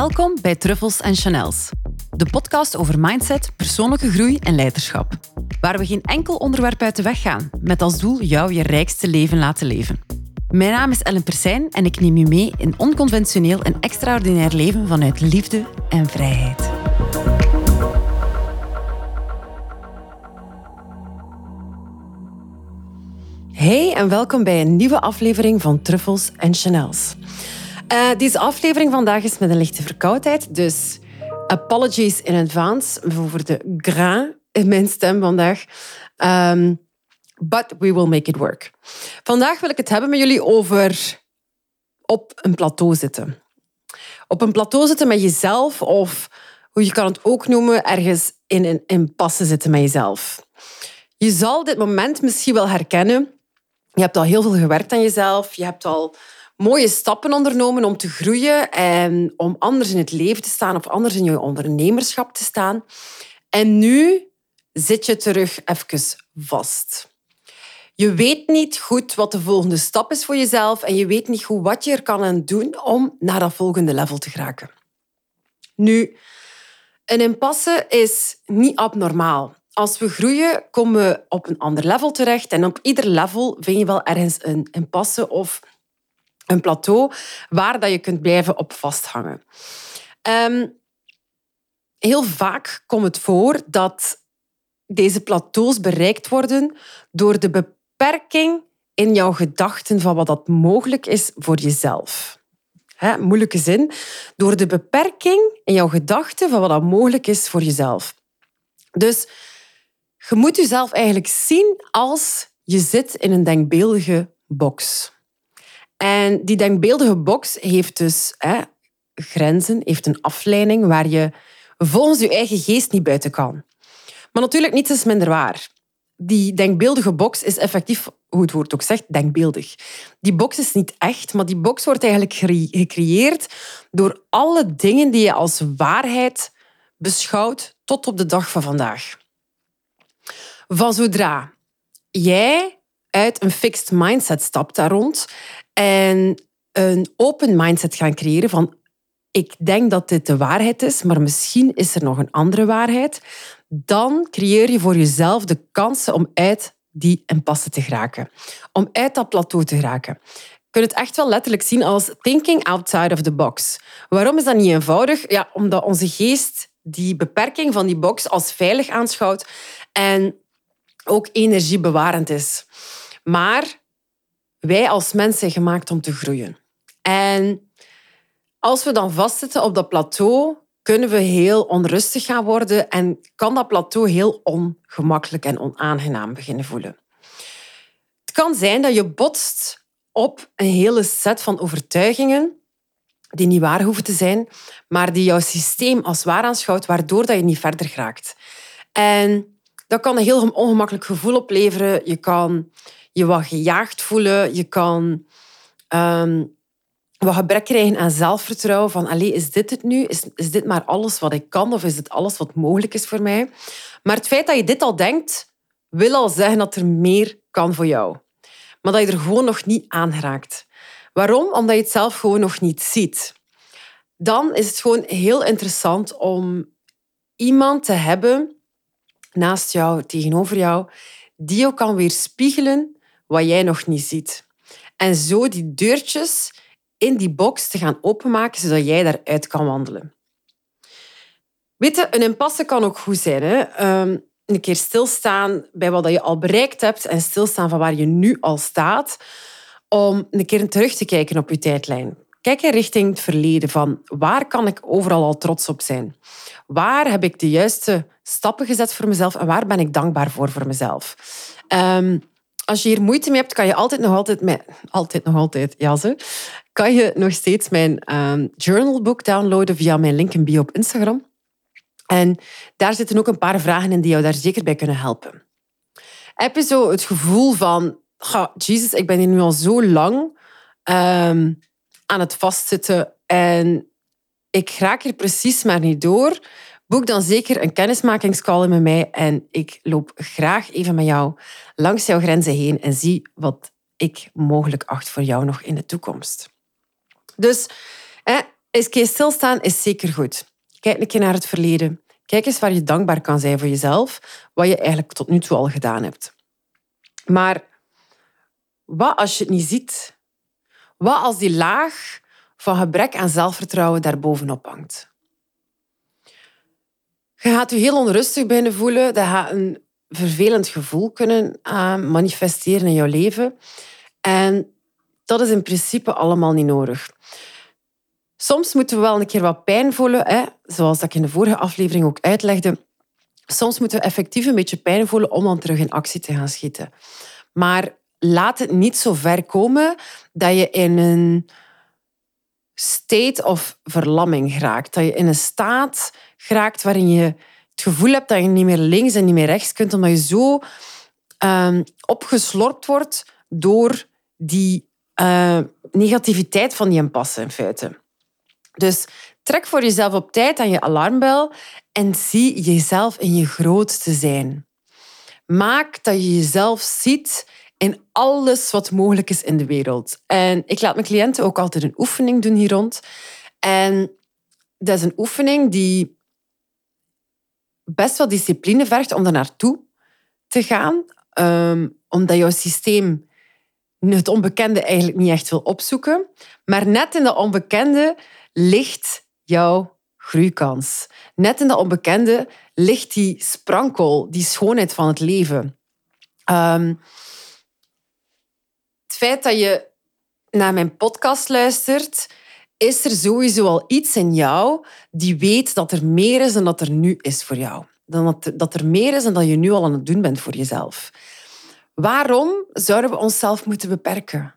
Welkom bij Truffels en Chanels, de podcast over mindset, persoonlijke groei en leiderschap. Waar we geen enkel onderwerp uit de weg gaan, met als doel jou je rijkste leven laten leven. Mijn naam is Ellen Persijn en ik neem je mee in onconventioneel en extraordinair leven vanuit liefde en vrijheid. Hey en welkom bij een nieuwe aflevering van Truffels en Chanels. Deze aflevering vandaag is met een lichte verkoudheid, dus apologies in advance voor de grain in mijn stem vandaag. But we will make it work. Vandaag wil ik het hebben met jullie over op een plateau zitten. Op een plateau zitten met jezelf, of hoe je kan het ook noemen, ergens in een impasse zitten met jezelf. Je zal dit moment misschien wel herkennen. Je hebt al heel veel gewerkt aan jezelf. Je hebt al mooie stappen ondernomen om te groeien en om anders in het leven te staan of anders in je ondernemerschap te staan. En nu zit je terug even vast. Je weet niet goed wat de volgende stap is voor jezelf en je weet niet goed wat je er kan aan doen om naar dat volgende level te geraken. Nu, een impasse is niet abnormaal. Als we groeien, komen we op een ander level terecht en op ieder level vind je wel ergens een impasse of een plateau waar dat je kunt blijven op vasthangen. Heel vaak komt het voor dat deze plateaus bereikt worden door de beperking in jouw gedachten van wat dat mogelijk is voor jezelf. Moeilijke zin. Door de beperking in jouw gedachten van wat dat mogelijk is voor jezelf. Dus je moet jezelf eigenlijk zien als je zit in een denkbeeldige box. En die denkbeeldige box heeft dus grenzen, heeft een afleiding waar je volgens je eigen geest niet buiten kan. Maar natuurlijk niets is minder waar. Die denkbeeldige box is effectief, hoe het woord ook zegt, denkbeeldig. Die box is niet echt, maar die box wordt eigenlijk gecreëerd door alle dingen die je als waarheid beschouwt tot op de dag van vandaag. Van zodra jij uit een fixed mindset stapt daar rond en een open mindset gaan creëren van ik denk dat dit de waarheid is, maar misschien is er nog een andere waarheid, dan creëer je voor jezelf de kansen om uit die impasse te geraken. Om uit dat plateau te geraken. Je kunt het echt wel letterlijk zien als thinking outside of the box. Waarom is dat niet eenvoudig? Ja, omdat onze geest die beperking van die box als veilig aanschouwt en ook energiebewarend is. Maar wij als mensen zijn gemaakt om te groeien. En als we dan vastzitten op dat plateau, kunnen we heel onrustig gaan worden en kan dat plateau heel ongemakkelijk en onaangenaam beginnen voelen. Het kan zijn dat je botst op een hele set van overtuigingen die niet waar hoeven te zijn, maar die jouw systeem als waar aanschouwt, waardoor dat je niet verder geraakt. En dat kan een heel ongemakkelijk gevoel opleveren. Je kan je wat gejaagd voelen. Je kan wat gebrek krijgen aan zelfvertrouwen. Van, is dit het nu? Is dit maar alles wat ik kan? Of is dit alles wat mogelijk is voor mij? Maar het feit dat je dit al denkt, wil al zeggen dat er meer kan voor jou. Maar dat je er gewoon nog niet aan raakt. Waarom? Omdat je het zelf gewoon nog niet ziet. Dan is het gewoon heel interessant om iemand te hebben naast jou, tegenover jou, die jou kan weerspiegelen wat jij nog niet ziet. En zo die deurtjes in die box te gaan openmaken, zodat jij daaruit kan wandelen. Weet je, een impasse kan ook goed zijn. Een keer stilstaan bij wat je al bereikt hebt en stilstaan van waar je nu al staat, om een keer terug te kijken op je tijdlijn. Kijk richting het verleden van waar kan ik overal al trots op zijn? Waar heb ik de juiste stappen gezet voor mezelf en waar ben ik dankbaar voor mezelf? Als je hier moeite mee hebt, kan je kan je nog steeds mijn journalboek downloaden via mijn link in bio op Instagram. En daar zitten ook een paar vragen in die jou daar zeker bij kunnen helpen. Heb je zo het gevoel van, Jezus, ik ben hier nu al zo lang aan het vastzitten en ik raak hier precies maar niet door. Boek dan zeker een kennismakingscall met mij en ik loop graag even met jou langs jouw grenzen heen en zie wat ik mogelijk acht voor jou nog in de toekomst. Dus Eens keer stilstaan is zeker goed. Kijk een keer naar het verleden. Kijk eens waar je dankbaar kan zijn voor jezelf, wat je eigenlijk tot nu toe al gedaan hebt. Maar wat als je het niet ziet? Wat als die laag van gebrek aan zelfvertrouwen daarbovenop hangt? Je gaat je heel onrustig beginnen voelen. Dat gaat een vervelend gevoel kunnen manifesteren in jouw leven. En dat is in principe allemaal niet nodig. Soms moeten we wel een keer wat pijn voelen, hè? Zoals dat ik in de vorige aflevering ook uitlegde. Soms moeten we effectief een beetje pijn voelen om dan terug in actie te gaan schieten. Maar laat het niet zo ver komen dat je in een state of verlamming geraakt. Dat je in een staat geraakt waarin je het gevoel hebt dat je niet meer links en niet meer rechts kunt, omdat je zo opgeslorpt wordt door die negativiteit van die impasse in feite. Dus trek voor jezelf op tijd aan je alarmbel en zie jezelf in je grootste zijn. Maak dat je jezelf ziet in alles wat mogelijk is in de wereld. En ik laat mijn cliënten ook altijd een oefening doen hier rond. En dat is een oefening die best wel discipline vergt om daar naartoe te gaan. Omdat jouw systeem het onbekende eigenlijk niet echt wil opzoeken. Maar net in dat onbekende ligt jouw groeikans. Net in dat onbekende ligt die sprankel, die schoonheid van het leven. Het feit dat je naar mijn podcast luistert, is er sowieso al iets in jou die weet dat er meer is dan dat er nu is voor jou. Dat er meer is dan dat je nu al aan het doen bent voor jezelf. Waarom zouden we onszelf moeten beperken?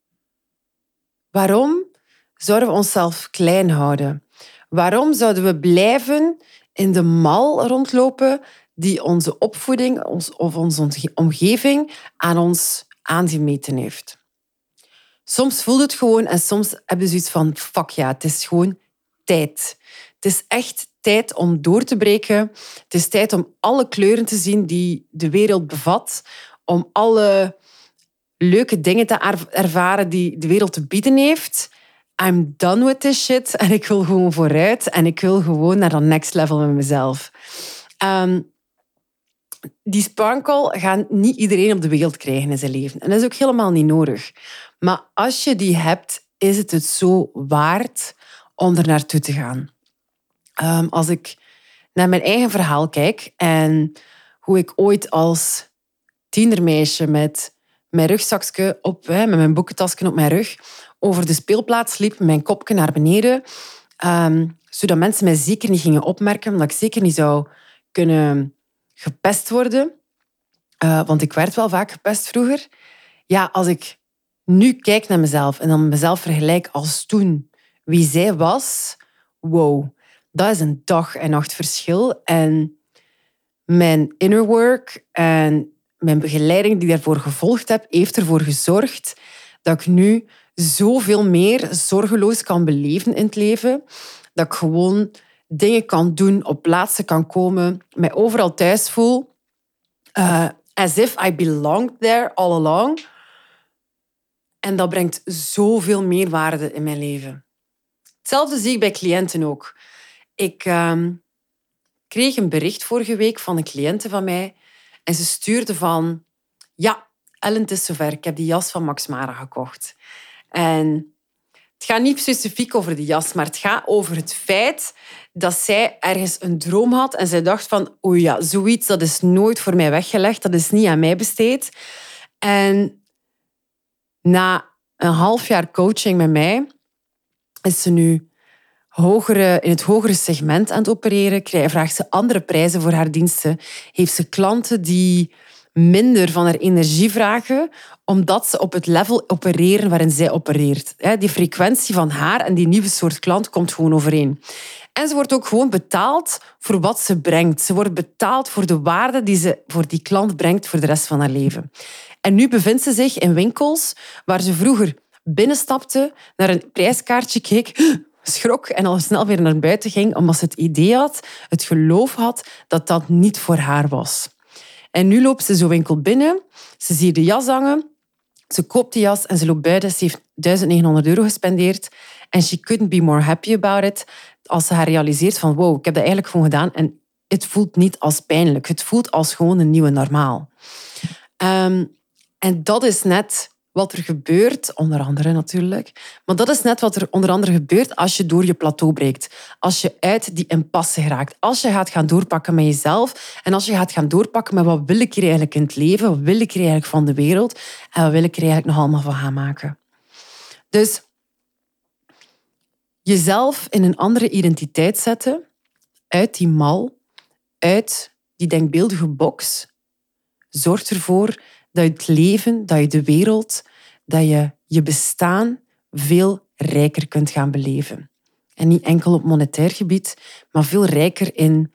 Waarom zouden we onszelf klein houden? Waarom zouden we blijven in de mal rondlopen die onze opvoeding of onze omgeving aan ons aangemeten heeft? Soms voelt het gewoon en soms heb je zoiets van fuck ja, het is gewoon tijd. Het is echt tijd om door te breken. Het is tijd om alle kleuren te zien die de wereld bevat. Om alle leuke dingen te ervaren die de wereld te bieden heeft. I'm done with this shit en ik wil gewoon vooruit en ik wil gewoon naar dat next level met mezelf. Die sparkle gaat niet iedereen op de wereld krijgen in zijn leven. En dat is ook helemaal niet nodig. Maar als je die hebt, is het zo waard om er naartoe te gaan. Als ik naar mijn eigen verhaal kijk en hoe ik ooit als tienermeisje met mijn rugzakje op, met mijn boekentasje op mijn rug, over de speelplaats liep, met mijn kopje naar beneden, zodat mensen mij zeker niet gingen opmerken, omdat ik zeker niet zou kunnen gepest worden. Want ik werd wel vaak gepest vroeger. Ja, als ik nu kijk naar mezelf en dan mezelf vergelijk als toen, wie zij was, wow, dat is een dag en nacht verschil. En mijn inner work en mijn begeleiding die ik daarvoor gevolgd heb, heeft ervoor gezorgd dat ik nu zoveel meer zorgeloos kan beleven in het leven. Dat ik gewoon dingen kan doen, op plaatsen kan komen, mij overal thuis voel. As if I belonged there all along. En dat brengt zoveel meerwaarde in mijn leven. Hetzelfde zie ik bij cliënten ook. Ik kreeg een bericht vorige week van een cliënte van mij. En ze stuurde van... Ja, Ellen, het is zover. Ik heb die jas van Max Mara gekocht. En het gaat niet specifiek over de jas, maar het gaat over het feit dat zij ergens een droom had. En zij dacht van... Oei ja, zoiets dat is nooit voor mij weggelegd. Dat is niet aan mij besteed. En na een half jaar coaching met mij is ze nu in het hogere segment aan het opereren. Vraagt ze andere prijzen voor haar diensten. Heeft ze klanten die minder van haar energie vragen, omdat ze op het level opereren waarin zij opereert. Die frequentie van haar en die nieuwe soort klant komt gewoon overeen. En ze wordt ook gewoon betaald voor wat ze brengt. Ze wordt betaald voor de waarde die ze voor die klant brengt voor de rest van haar leven. En nu bevindt ze zich in winkels waar ze vroeger binnenstapte, naar een prijskaartje keek, schrok en al snel weer naar buiten ging, omdat ze het idee had, het geloof had, dat dat niet voor haar was. En nu loopt ze zo'n winkel binnen, ze ziet de jas hangen, ze koopt die jas en ze loopt buiten. Ze heeft €1.900 gespendeerd And she couldn't be more happy about it. Als ze haar realiseert van wow, ik heb dat eigenlijk gewoon gedaan en het voelt niet als pijnlijk. Het voelt als gewoon een nieuwe normaal. En dat is net wat er gebeurt, onder andere natuurlijk. Maar dat is net wat er onder andere gebeurt als je door je plateau breekt. Als je uit die impasse geraakt. Als je gaat gaan doorpakken met jezelf. En als je gaat gaan doorpakken met wat wil ik hier eigenlijk in het leven? Wat wil ik hier eigenlijk van de wereld? En wat wil ik er eigenlijk nog allemaal van gaan maken? Dus jezelf in een andere identiteit zetten. Uit die mal. Uit die denkbeeldige box. Zorgt ervoor dat je het leven, dat je de wereld, dat je je bestaan veel rijker kunt gaan beleven. En niet enkel op monetair gebied, maar veel rijker in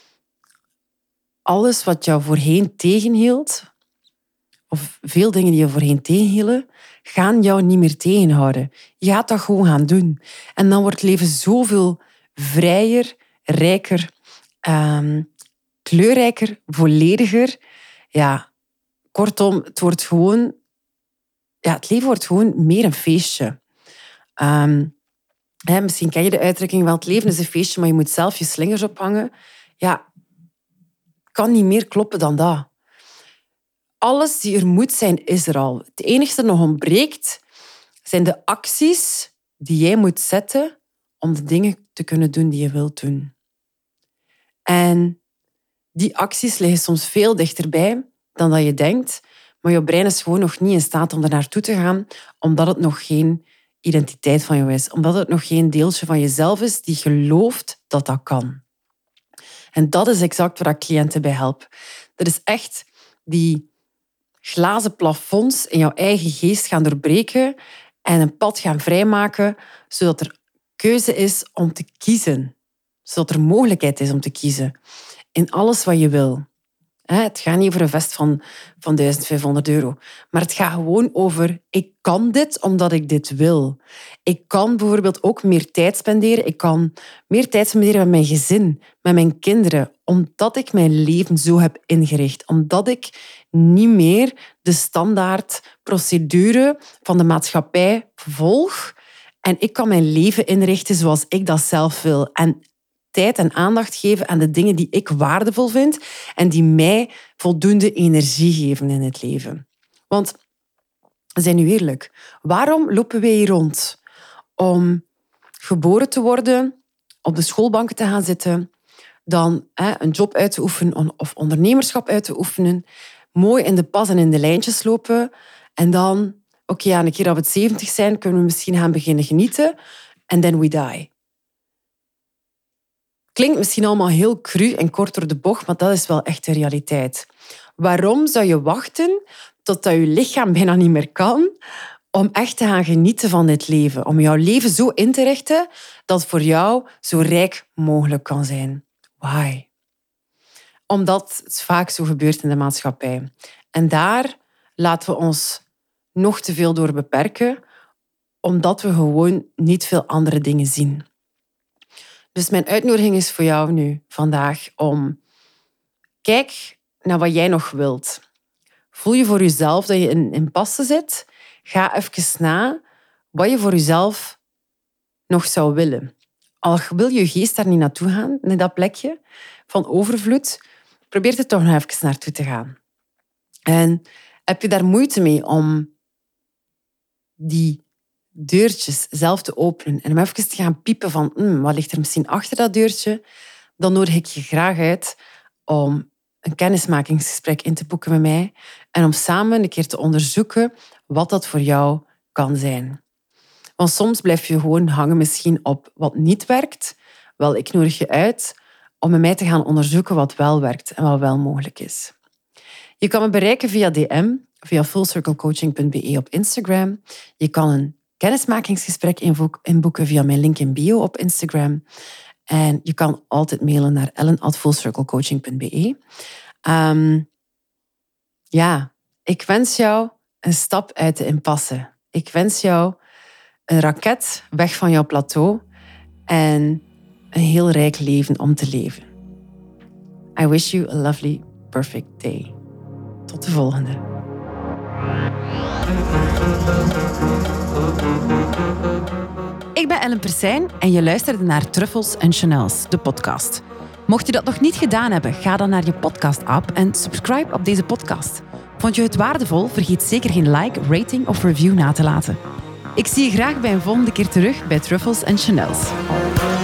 alles wat jou voorheen tegenhield, of veel dingen die je voorheen tegenhielden, gaan jou niet meer tegenhouden. Je gaat dat gewoon gaan doen. En dan wordt het leven zoveel vrijer, rijker, kleurrijker, vollediger. Ja, kortom, het leven wordt gewoon meer een feestje. Misschien ken je de uitdrukking wel, het leven is een feestje, maar je moet zelf je slingers ophangen. Ja, kan niet meer kloppen dan dat. Alles die er moet zijn, is er al. Het enige dat nog ontbreekt, zijn de acties die jij moet zetten om de dingen te kunnen doen die je wilt doen. En die acties liggen soms veel dichterbij dan dat je denkt, maar je brein is gewoon nog niet in staat om er naartoe te gaan, omdat het nog geen identiteit van jou is. Omdat het nog geen deeltje van jezelf is die gelooft dat dat kan. En dat is exact waar ik cliënten bij help. Dat is echt die glazen plafonds in jouw eigen geest gaan doorbreken en een pad gaan vrijmaken, zodat er keuze is om te kiezen. Zodat er mogelijkheid is om te kiezen in alles wat je wil. Het gaat niet over een vest van €1500. Maar het gaat gewoon over, ik kan dit omdat ik dit wil. Ik kan bijvoorbeeld ook meer tijd spenderen. Ik kan meer tijd spenderen met mijn gezin, met mijn kinderen. Omdat ik mijn leven zo heb ingericht. Omdat ik niet meer de standaard procedure van de maatschappij volg. En ik kan mijn leven inrichten zoals ik dat zelf wil. En tijd en aandacht geven aan de dingen die ik waardevol vind en die mij voldoende energie geven in het leven. Want, zijn nu eerlijk, waarom lopen wij hier rond? Om geboren te worden, op de schoolbanken te gaan zitten, dan een job uit te oefenen of ondernemerschap uit te oefenen, mooi in de pas en in de lijntjes lopen en dan, een keer dat we 70 zijn, kunnen we misschien gaan beginnen genieten and then we die. Klinkt misschien allemaal heel cru en kort door de bocht, maar dat is wel echt de realiteit. Waarom zou je wachten totdat je lichaam bijna niet meer kan om echt te gaan genieten van dit leven? Om jouw leven zo in te richten dat het voor jou zo rijk mogelijk kan zijn. Why? Omdat het vaak zo gebeurt in de maatschappij. En daar laten we ons nog te veel door beperken, omdat we gewoon niet veel andere dingen zien. Dus mijn uitnodiging is voor jou nu, vandaag, om kijk naar wat jij nog wilt. Voel je voor jezelf dat je in impasse zit? Ga even na wat je voor jezelf nog zou willen. Al wil je geest daar niet naartoe gaan, naar dat plekje van overvloed, probeer er toch nog even naartoe te gaan. En heb je daar moeite mee om die deurtjes zelf te openen en om even te gaan piepen van wat ligt er misschien achter dat deurtje, dan nodig ik je graag uit om een kennismakingsgesprek in te boeken met mij en om samen een keer te onderzoeken wat dat voor jou kan zijn. Want soms blijf je gewoon hangen misschien op wat niet werkt. Wel, ik nodig je uit om met mij te gaan onderzoeken wat wel werkt en wat wel mogelijk is. Je kan me bereiken via DM, via fullcirclecoaching.be op Instagram. Je kan een kennismakingsgesprek inboeken via mijn link in bio op Instagram. En je kan altijd mailen naar ellen@fullcirclecoaching.be. Ik wens jou een stap uit de impasse. Ik wens jou een raket weg van jouw plateau en een heel rijk leven om te leven. I wish you a lovely, perfect day. Tot de volgende. Ik ben Ellen Persijn en je luisterde naar Truffels en Chanels, de podcast. Mocht je dat nog niet gedaan hebben, ga dan naar je podcast-app en subscribe op deze podcast. Vond je het waardevol? Vergeet zeker geen like, rating of review na te laten. Ik zie je graag bij een volgende keer terug bij Truffles en Chanels.